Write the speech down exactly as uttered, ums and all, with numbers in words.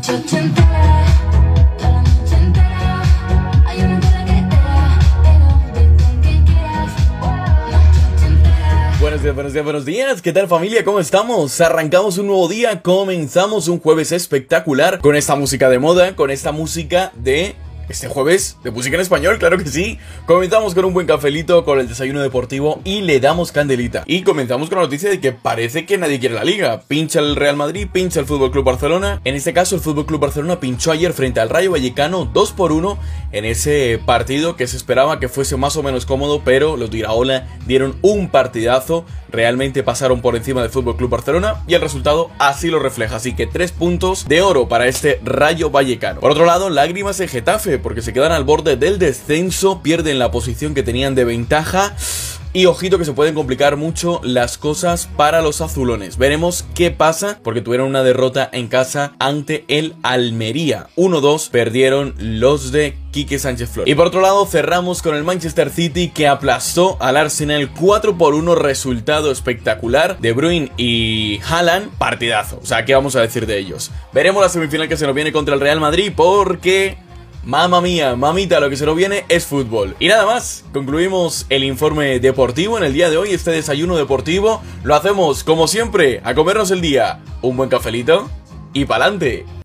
Buenos días, buenos días, buenos días. ¿Qué tal, familia? ¿Cómo estamos? Arrancamos un nuevo día, comenzamos un jueves espectacular con esta música de moda, con esta música de... Este jueves, de música en español, claro que sí. Comenzamos con un buen cafelito, con el desayuno deportivo y le damos candelita. Y comenzamos con la noticia de que parece que nadie quiere la liga. Pincha el Real Madrid, pincha el Fútbol Club Barcelona. En este caso, el Fútbol Club Barcelona pinchó ayer frente al Rayo Vallecano dos por uno en ese partido que se esperaba que fuese más o menos cómodo, pero los de Iraola dieron un partidazo. Realmente pasaron por encima del Fútbol Club Barcelona y el resultado así lo refleja. Así que tres puntos de oro para este Rayo Vallecano. Por otro lado, lágrimas en Getafe, porque se quedan al borde del descenso, pierden la posición que tenían de ventaja. Y ojito que se pueden complicar mucho las cosas para los azulones. Veremos qué pasa, porque tuvieron una derrota en casa ante el Almería. uno dos perdieron los de Quique Sánchez Flores. Y por otro lado cerramos con el Manchester City, que aplastó al Arsenal cuatro por uno. Resultado espectacular. De Bruyne y Haaland, partidazo. O sea, ¿qué vamos a decir de ellos? Veremos la semifinal que se nos viene contra el Real Madrid, porque... mamma mía, mamita, lo que se nos viene es fútbol. Y nada más, concluimos el informe deportivo en el día de hoy, este desayuno deportivo. Lo hacemos, como siempre, a comernos el día, un buen cafelito y pa'lante.